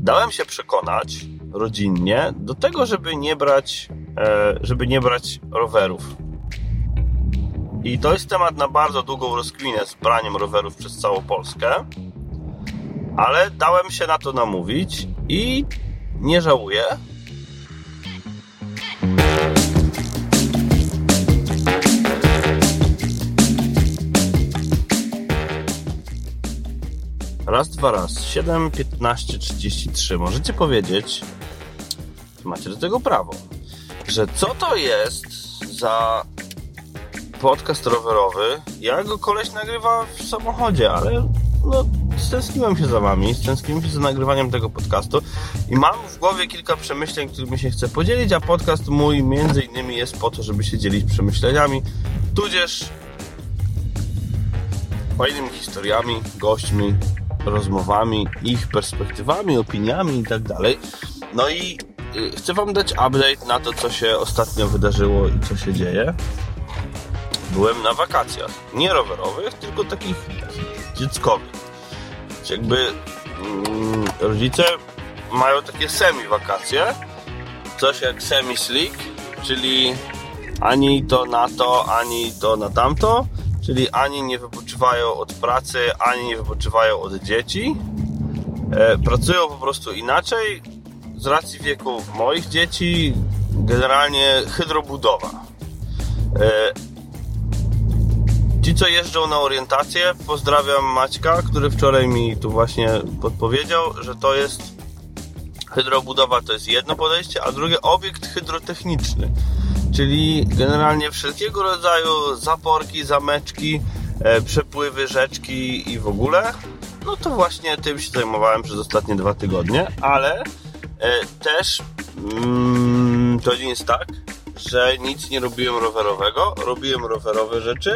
dałem się przekonać rodzinnie do tego, żeby nie brać rowerów. I to jest temat na bardzo długą rozkminę z braniem rowerów przez całą Polskę, ale dałem się na to namówić i nie żałuję. Raz, dwa, raz. 7, 15, 33. Możecie powiedzieć, macie do tego prawo, że co to jest za podcast rowerowy? Ja go koleś nagrywa w samochodzie, ale stęskniłem się za wami, stęskniłem się za nagrywaniem tego podcastu i mam w głowie kilka przemyśleń, którymi się chcę podzielić, a podcast mój między innymi jest po to, żeby się dzielić przemyśleniami, tudzież fajnymi historiami, gośćmi, rozmowami, ich perspektywami, opiniami i tak dalej. No i chcę wam dać update na to, co się ostatnio wydarzyło i co się dzieje. Byłem na wakacjach, nie rowerowych, tylko takich dzieckowych. Jakby rodzice mają takie semi-wakacje, coś jak semi-slick, czyli ani to na to, ani to na tamto, czyli ani nie wypoczywają od pracy, ani nie wypoczywają od dzieci. Pracują po prostu inaczej. Z racji wieku moich dzieci generalnie hydrobudowa. Ci, co jeżdżą na orientację, pozdrawiam Maćka, który wczoraj mi tu właśnie podpowiedział, że to jest hydrobudowa, to jest jedno podejście, a drugie obiekt hydrotechniczny, czyli generalnie wszelkiego rodzaju zaporki, zameczki, przepływy rzeczki i w ogóle. No to właśnie tym się zajmowałem przez ostatnie 2 tygodnie, ale też to nie jest tak, że nic nie robiłem rowerowego, robiłem rowerowe rzeczy.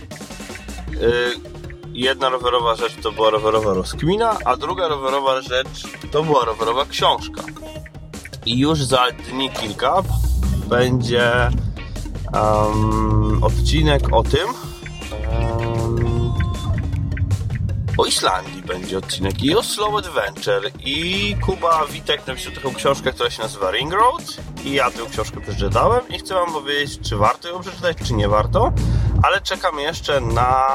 Jedna rowerowa rzecz to była rowerowa rozkmina, a druga rowerowa rzecz to była rowerowa książka. I już za dni kilka będzie odcinek o tym, o Islandii będzie odcinek i o Slow Adventure, i Kuba Witek napisał taką książkę, która się nazywa Ring Road i ja tę książkę przeczytałem i chcę wam powiedzieć, czy warto ją przeczytać, czy nie warto, ale czekam jeszcze na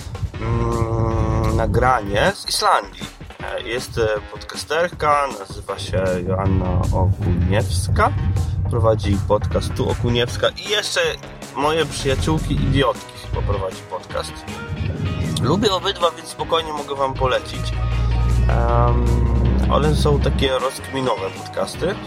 nagranie z Islandii. Jest podcasterka, nazywa się Joanna Okuniewska, prowadzi podcast Tu Okuniewska i jeszcze moje przyjaciółki idiotki chyba prowadzi podcast. Lubię obydwa, więc spokojnie mogę wam polecić. One są takie rozkminowe podcasty.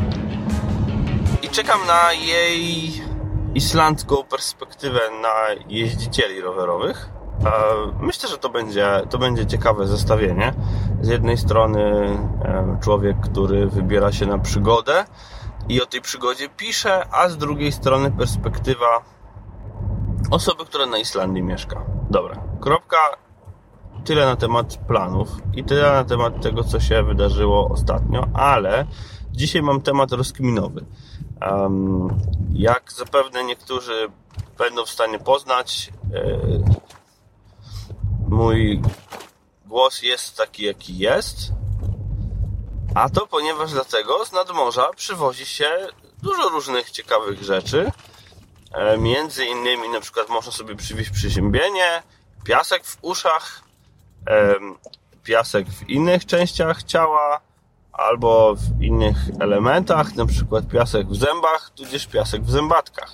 I czekam na jej islandzką perspektywę na jeździcieli rowerowych. Myślę, że to będzie ciekawe zestawienie. Z jednej strony człowiek, który wybiera się na przygodę i o tej przygodzie pisze, a z drugiej strony perspektywa osoby, która na Islandii mieszka. Dobra, kropka. Tyle na temat planów i tyle na temat tego, co się wydarzyło ostatnio, ale dzisiaj mam temat rozkminowy. Jak zapewne niektórzy będą w stanie poznać, mój głos jest taki, jaki jest, a to ponieważ dlatego z nadmorza przywozi się dużo różnych ciekawych rzeczy. Między innymi na przykład można sobie przywieźć przeziębienie, piasek w uszach, piasek w innych częściach ciała albo w innych elementach, na przykład piasek w zębach, tudzież piasek w zębatkach.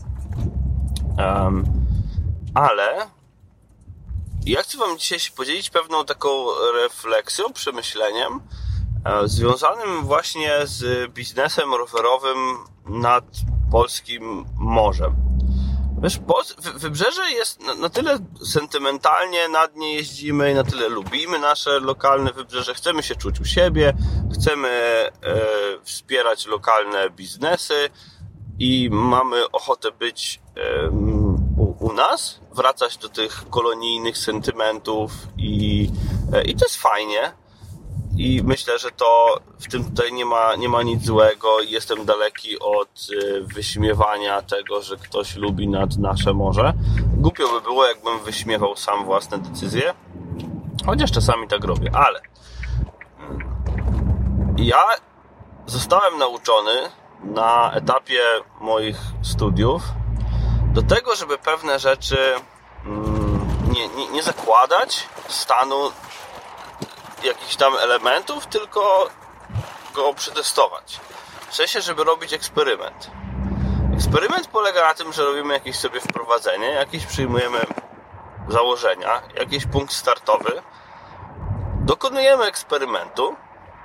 Ale ja chcę wam dzisiaj się podzielić pewną taką refleksją, przemyśleniem związanym właśnie z biznesem rowerowym nad polskim morzem. Wiesz, Wybrzeże jest na tyle sentymentalnie, nad nie jeździmy i na tyle lubimy nasze lokalne wybrzeże, chcemy się czuć u siebie, chcemy wspierać lokalne biznesy i mamy ochotę być u nas, wracać do tych kolonijnych sentymentów i to jest fajnie. I myślę, że to w tym tutaj nie ma nic złego. Jestem daleki od wyśmiewania tego, że ktoś lubi nad nasze morze. Głupio by było, jakbym wyśmiewał sam własne decyzje. Chociaż czasami tak robię, ale Ja zostałem nauczony na etapie moich studiów do tego, żeby pewne rzeczy nie zakładać stanu jakichś tam elementów, tylko go przetestować. W sensie, żeby robić eksperyment. Eksperyment polega na tym, że robimy jakieś sobie wprowadzenie, jakieś przyjmujemy założenia, jakiś punkt startowy, dokonujemy eksperymentu,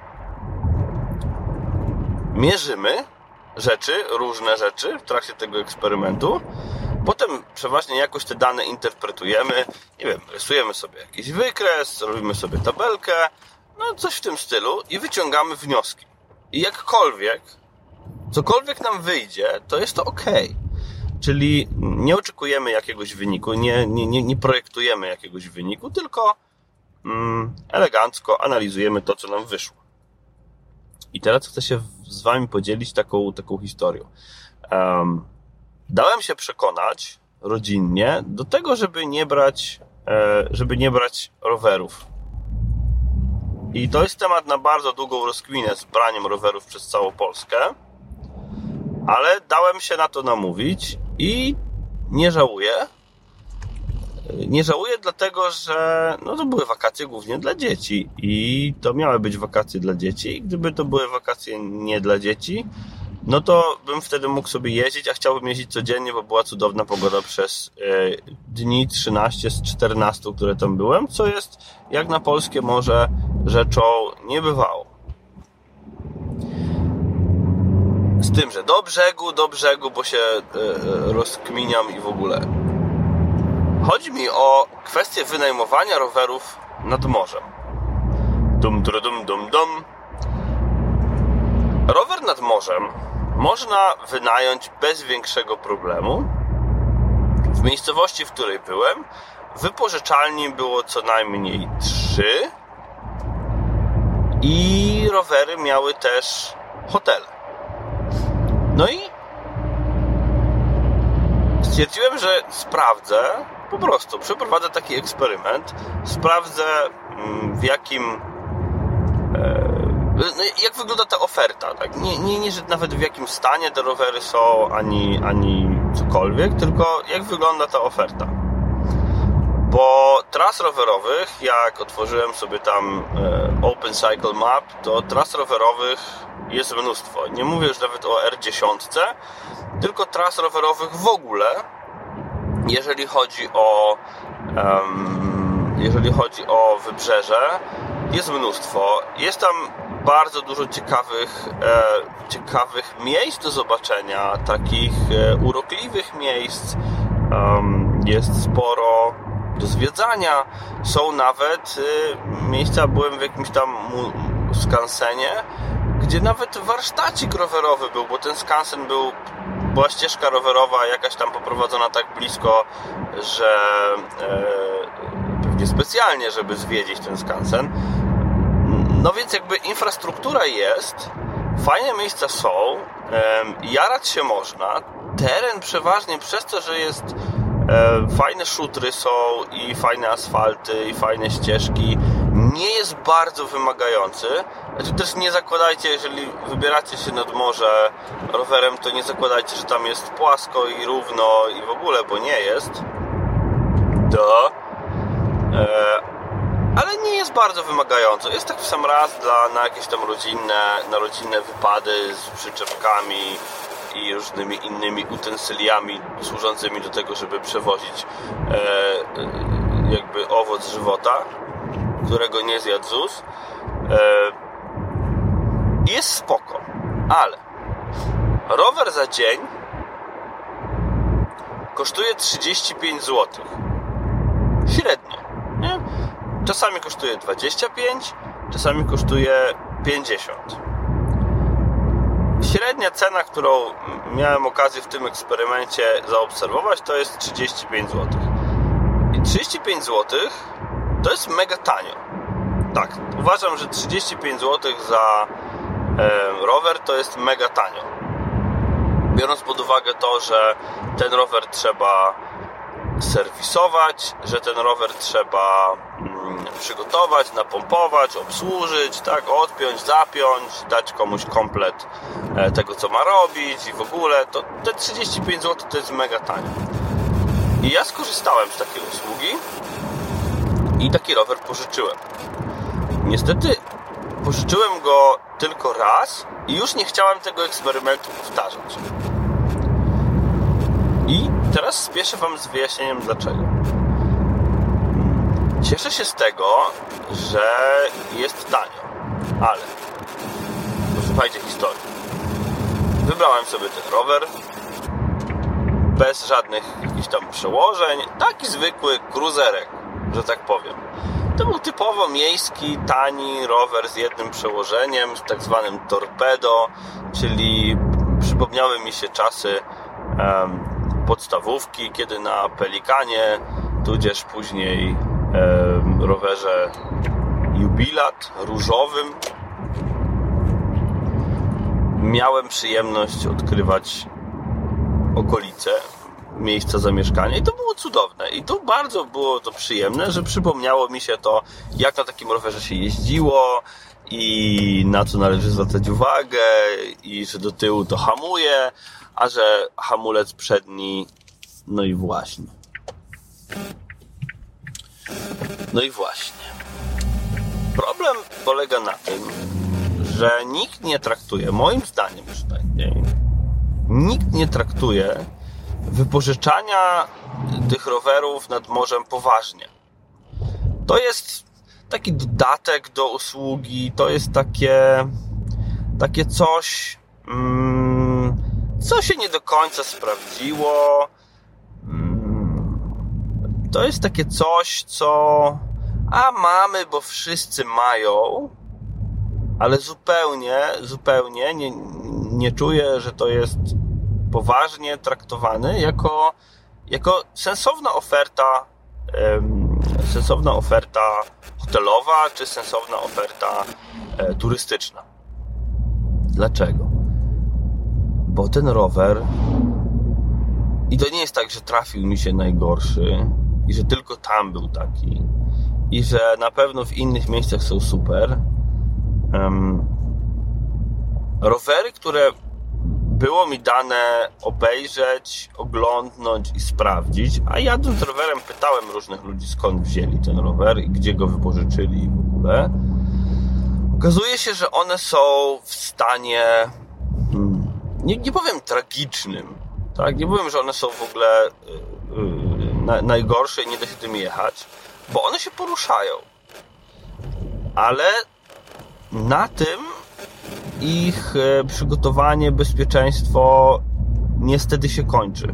mierzymy rzeczy, różne rzeczy w trakcie tego eksperymentu, potem przeważnie jakoś te dane interpretujemy, nie wiem, rysujemy sobie jakiś wykres, robimy sobie tabelkę, no coś w tym stylu i wyciągamy wnioski. I cokolwiek nam wyjdzie, to jest to okej. Czyli nie oczekujemy jakiegoś wyniku, nie projektujemy jakiegoś wyniku, tylko elegancko analizujemy to, co nam wyszło. I teraz chcę się z wami podzielić taką historią. Dałem się przekonać rodzinnie do tego, żeby nie brać rowerów. I to jest temat na bardzo długą rozkminę z braniem rowerów przez całą Polskę, ale dałem się na to namówić i nie żałuję. Nie żałuję dlatego, że to były wakacje głównie dla dzieci i to miały być wakacje dla dzieci i gdyby to były wakacje nie dla dzieci, no to bym wtedy mógł sobie jeździć, a chciałbym jeździć codziennie, bo była cudowna pogoda przez dni 13 z 14, które tam byłem, co jest jak na polskie morze rzeczą niebywałą. Z tym, że do brzegu, bo się rozkminiam i w ogóle. Chodzi mi o kwestię wynajmowania rowerów nad morzem. Rower nad morzem można wynająć bez większego problemu. W miejscowości, w której byłem, wypożyczalni było co najmniej 3 i rowery miały też hotele. No i stwierdziłem, że sprawdzę, po prostu przeprowadzę taki eksperyment, sprawdzę w jakim jak wygląda ta oferta, tak? Nie, że nawet w jakim stanie te rowery są, ani cokolwiek, tylko jak wygląda ta oferta. Bo tras rowerowych, jak otworzyłem sobie tam Open Cycle Map, to tras rowerowych jest mnóstwo. Nie mówię już nawet o R10, tylko tras rowerowych w ogóle, jeżeli chodzi o wybrzeże, jest mnóstwo. Jest tam bardzo dużo ciekawych miejsc do zobaczenia, takich urokliwych miejsc. Jest sporo do zwiedzania. Są nawet miejsca, byłem w jakimś tam skansenie, gdzie nawet warsztacik rowerowy był, bo ten skansen była ścieżka rowerowa jakaś tam poprowadzona tak blisko, że pewnie specjalnie, żeby zwiedzić ten skansen. No więc jakby infrastruktura jest, fajne miejsca są, jarać się można, teren przeważnie przez to, że jest fajne szutry są i fajne asfalty i fajne ścieżki, nie jest bardzo wymagający. Znaczy też nie zakładajcie, jeżeli wybieracie się nad morze rowerem, to nie zakładajcie, że tam jest płasko i równo i w ogóle, bo nie jest. Ale nie jest bardzo wymagająco. Jest tak w sam raz na jakieś tam rodzinne wypady z przyczepkami i różnymi innymi utensyliami służącymi do tego, żeby przewozić jakby owoc żywota, którego nie zjadł ZUS. Jest spoko, ale rower za dzień kosztuje 35 zł. Średnio, nie? Czasami kosztuje 25, czasami kosztuje 50. Średnia cena, którą miałem okazję w tym eksperymencie zaobserwować, to jest 35 zł. I 35 zł to jest mega tanio. Tak, uważam, że 35 zł za rower to jest mega tanio. Biorąc pod uwagę to, że ten rower trzeba serwisować, że ten rower trzeba przygotować, napompować, obsłużyć, tak, odpiąć, zapiąć, dać komuś komplet tego, co ma robić i w ogóle, to te 35 zł to jest mega tanie. I ja skorzystałem z takiej usługi i taki rower pożyczyłem. Niestety pożyczyłem go tylko raz i już nie chciałem tego eksperymentu powtarzać. I teraz spieszę wam z wyjaśnieniem dlaczego. Cieszę się z tego, że jest tanio, ale posłuchajcie historii. Wybrałem sobie ten rower bez żadnych jakichś tam przełożeń, taki zwykły cruiserek, że tak powiem. To był typowo miejski, tani rower z jednym przełożeniem, z tak zwanym torpedo, czyli przypomniały mi się czasy podstawówki, kiedy na Pelikanie, tudzież później rowerze Jubilat różowym miałem przyjemność odkrywać okolice, miejsca zamieszkania i to było cudowne i to bardzo było to przyjemne, że przypomniało mi się to, jak na takim rowerze się jeździło i na co należy zwracać uwagę i że do tyłu to hamuje, a że hamulec przedni, no i właśnie. Problem polega na tym, że nikt nie traktuje, moim zdaniem przynajmniej, nikt nie traktuje wypożyczania tych rowerów nad morzem poważnie. To jest taki dodatek do usługi, to jest takie coś, co się nie do końca sprawdziło. To jest takie coś, co mamy, bo wszyscy mają, ale zupełnie nie czuję, że to jest poważnie traktowane jako sensowna oferta hotelowa czy sensowna oferta turystyczna. Dlaczego? Bo ten rower, i to nie jest tak, że trafił mi się najgorszy i że tylko tam był taki i że na pewno w innych miejscach są super. Rowery, które było mi dane obejrzeć, oglądnąć i sprawdzić, a jadąc rowerem pytałem różnych ludzi, skąd wzięli ten rower i gdzie go wypożyczyli i w ogóle. Okazuje się, że one są w stanie nie powiem tragicznym, tak? Nie powiem, że one są w ogóle najgorsze i nie da się tym jechać, bo one się poruszają, ale na tym ich przygotowanie, bezpieczeństwo niestety się kończy.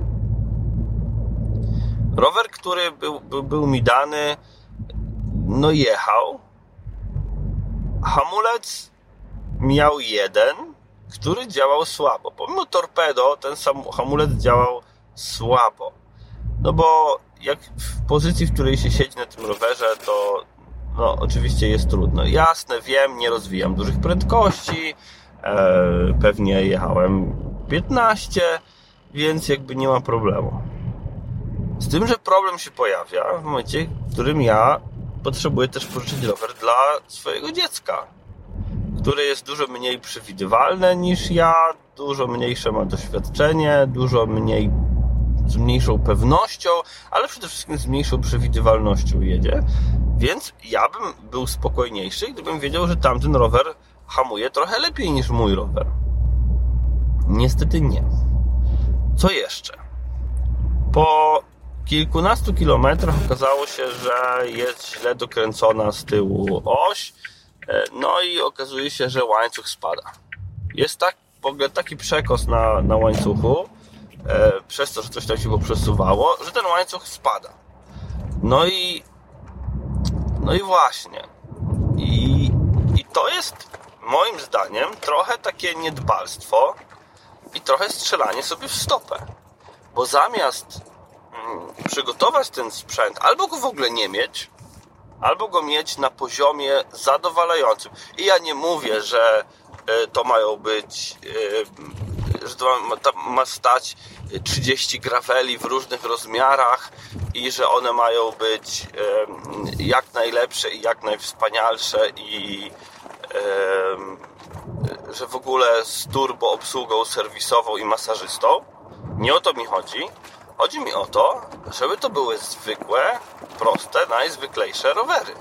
Rower, który był mi dany, no jechał. Hamulec miał jeden, który działał słabo. Pomimo torpedo, ten sam hamulec działał słabo. No bo jak w pozycji, w której się siedzi na tym rowerze, to no oczywiście jest trudno. Jasne, wiem, nie rozwijam dużych prędkości, pewnie jechałem 15, więc jakby nie ma problemu. Z tym, że problem się pojawia w momencie, w którym ja potrzebuję też pożyczyć rower dla swojego dziecka, które jest dużo mniej przewidywalne niż ja, dużo mniejsze ma doświadczenie, z mniejszą pewnością, ale przede wszystkim z mniejszą przewidywalnością jedzie. Więc ja bym był spokojniejszy, gdybym wiedział, że tamten rower hamuje trochę lepiej niż mój rower. Niestety nie. Co jeszcze? Po kilkunastu kilometrach okazało się, że jest źle dokręcona z tyłu oś, no i okazuje się, że łańcuch spada. Jest w ogóle taki przekos na łańcuchu, przez to, że coś tam się poprzesuwało, że ten łańcuch spada. No i właśnie. I to jest moim zdaniem trochę takie niedbalstwo i trochę strzelanie sobie w stopę. Bo zamiast przygotować ten sprzęt, albo go w ogóle nie mieć, albo go mieć na poziomie zadowalającym. I ja nie mówię, że to mają być, że to ma stać 30 graveli w różnych rozmiarach i że one mają być jak najlepsze i jak najwspanialsze i że w ogóle z turbo obsługą serwisową i masażystą. Nie o to mi chodzi. Chodzi mi o to, żeby to były zwykłe, proste, najzwyklejsze rowery.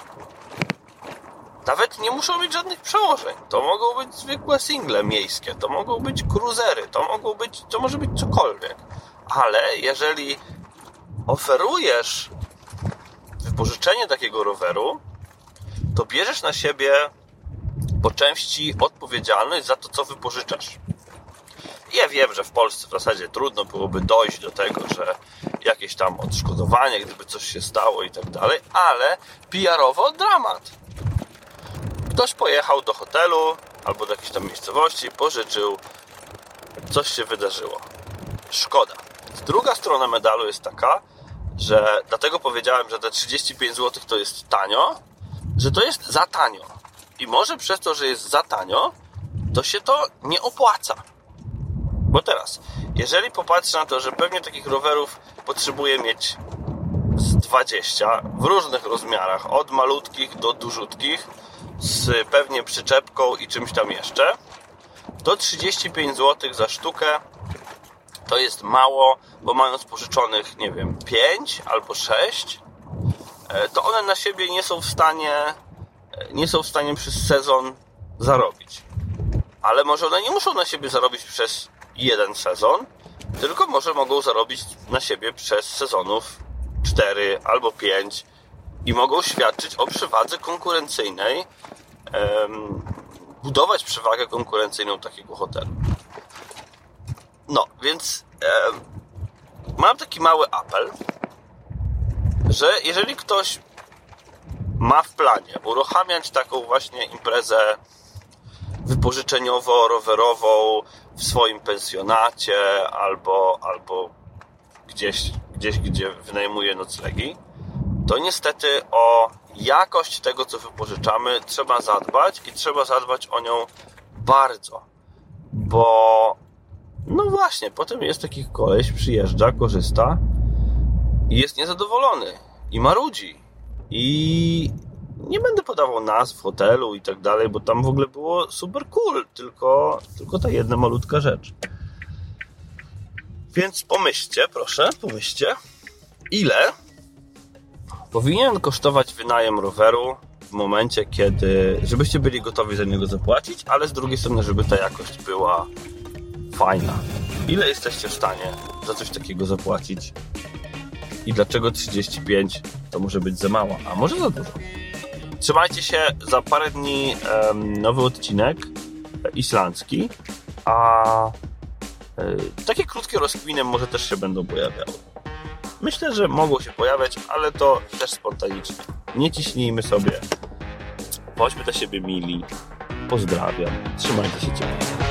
Nawet nie muszą mieć żadnych przełożeń. To mogą być zwykłe single miejskie, to mogą być cruisery, to może być cokolwiek. Ale jeżeli oferujesz wypożyczenie takiego roweru, to bierzesz na siebie po części odpowiedzialność za to, co wypożyczasz. Ja wiem, że w Polsce w zasadzie trudno byłoby dojść do tego, że jakieś tam odszkodowanie, gdyby coś się stało i tak dalej, ale PR-owo dramat. Ktoś pojechał do hotelu albo do jakiejś tam miejscowości, pożyczył, coś się wydarzyło. Szkoda. Druga strona medalu jest taka, że dlatego powiedziałem, że te 35 zł to jest tanio, że to jest za tanio. I może przez to, że jest za tanio, to się to nie opłaca. Bo teraz, jeżeli popatrzę na to, że pewnie takich rowerów potrzebuję mieć z 20 w różnych rozmiarach, od malutkich do dużutkich, z pewnie przyczepką i czymś tam jeszcze, to 35 zł za sztukę to jest mało, bo mając pożyczonych, nie wiem, 5 albo 6, to one na siebie nie są w stanie przez sezon zarobić. Ale może one nie muszą na siebie zarobić przez jeden sezon, tylko może mogą zarobić na siebie przez sezonów 4 albo 5 i mogą świadczyć o przewadze konkurencyjnej, budować przewagę konkurencyjną takiego hotelu. No, więc mam taki mały apel, że jeżeli ktoś ma w planie uruchamiać taką właśnie imprezę wypożyczeniowo-rowerową w swoim pensjonacie albo gdzieś, gdzie wynajmuje noclegi, to niestety o jakość tego, co wypożyczamy, trzeba zadbać i trzeba zadbać o nią bardzo, bo no właśnie, potem jest taki koleś, przyjeżdża, korzysta i jest niezadowolony i marudzi i nie będę podawał nazw hotelu i tak dalej, bo tam w ogóle było super cool, tylko ta jedna malutka rzecz. Więc pomyślcie, proszę, ile powinien kosztować wynajem roweru w momencie, kiedy, żebyście byli gotowi za niego zapłacić, ale z drugiej strony, żeby ta jakość była fajna. Ile jesteście w stanie za coś takiego zapłacić? I dlaczego 35 to może być za mało, a może za dużo? Trzymajcie się, za parę dni nowy odcinek islandzki, a takie krótkie rozkminy może też się będą pojawiały. Myślę, że mogą się pojawiać, ale to też spontanicznie. Nie ciśnijmy sobie. Bądźmy dla siebie mili. Pozdrawiam. Trzymajcie się ciepło.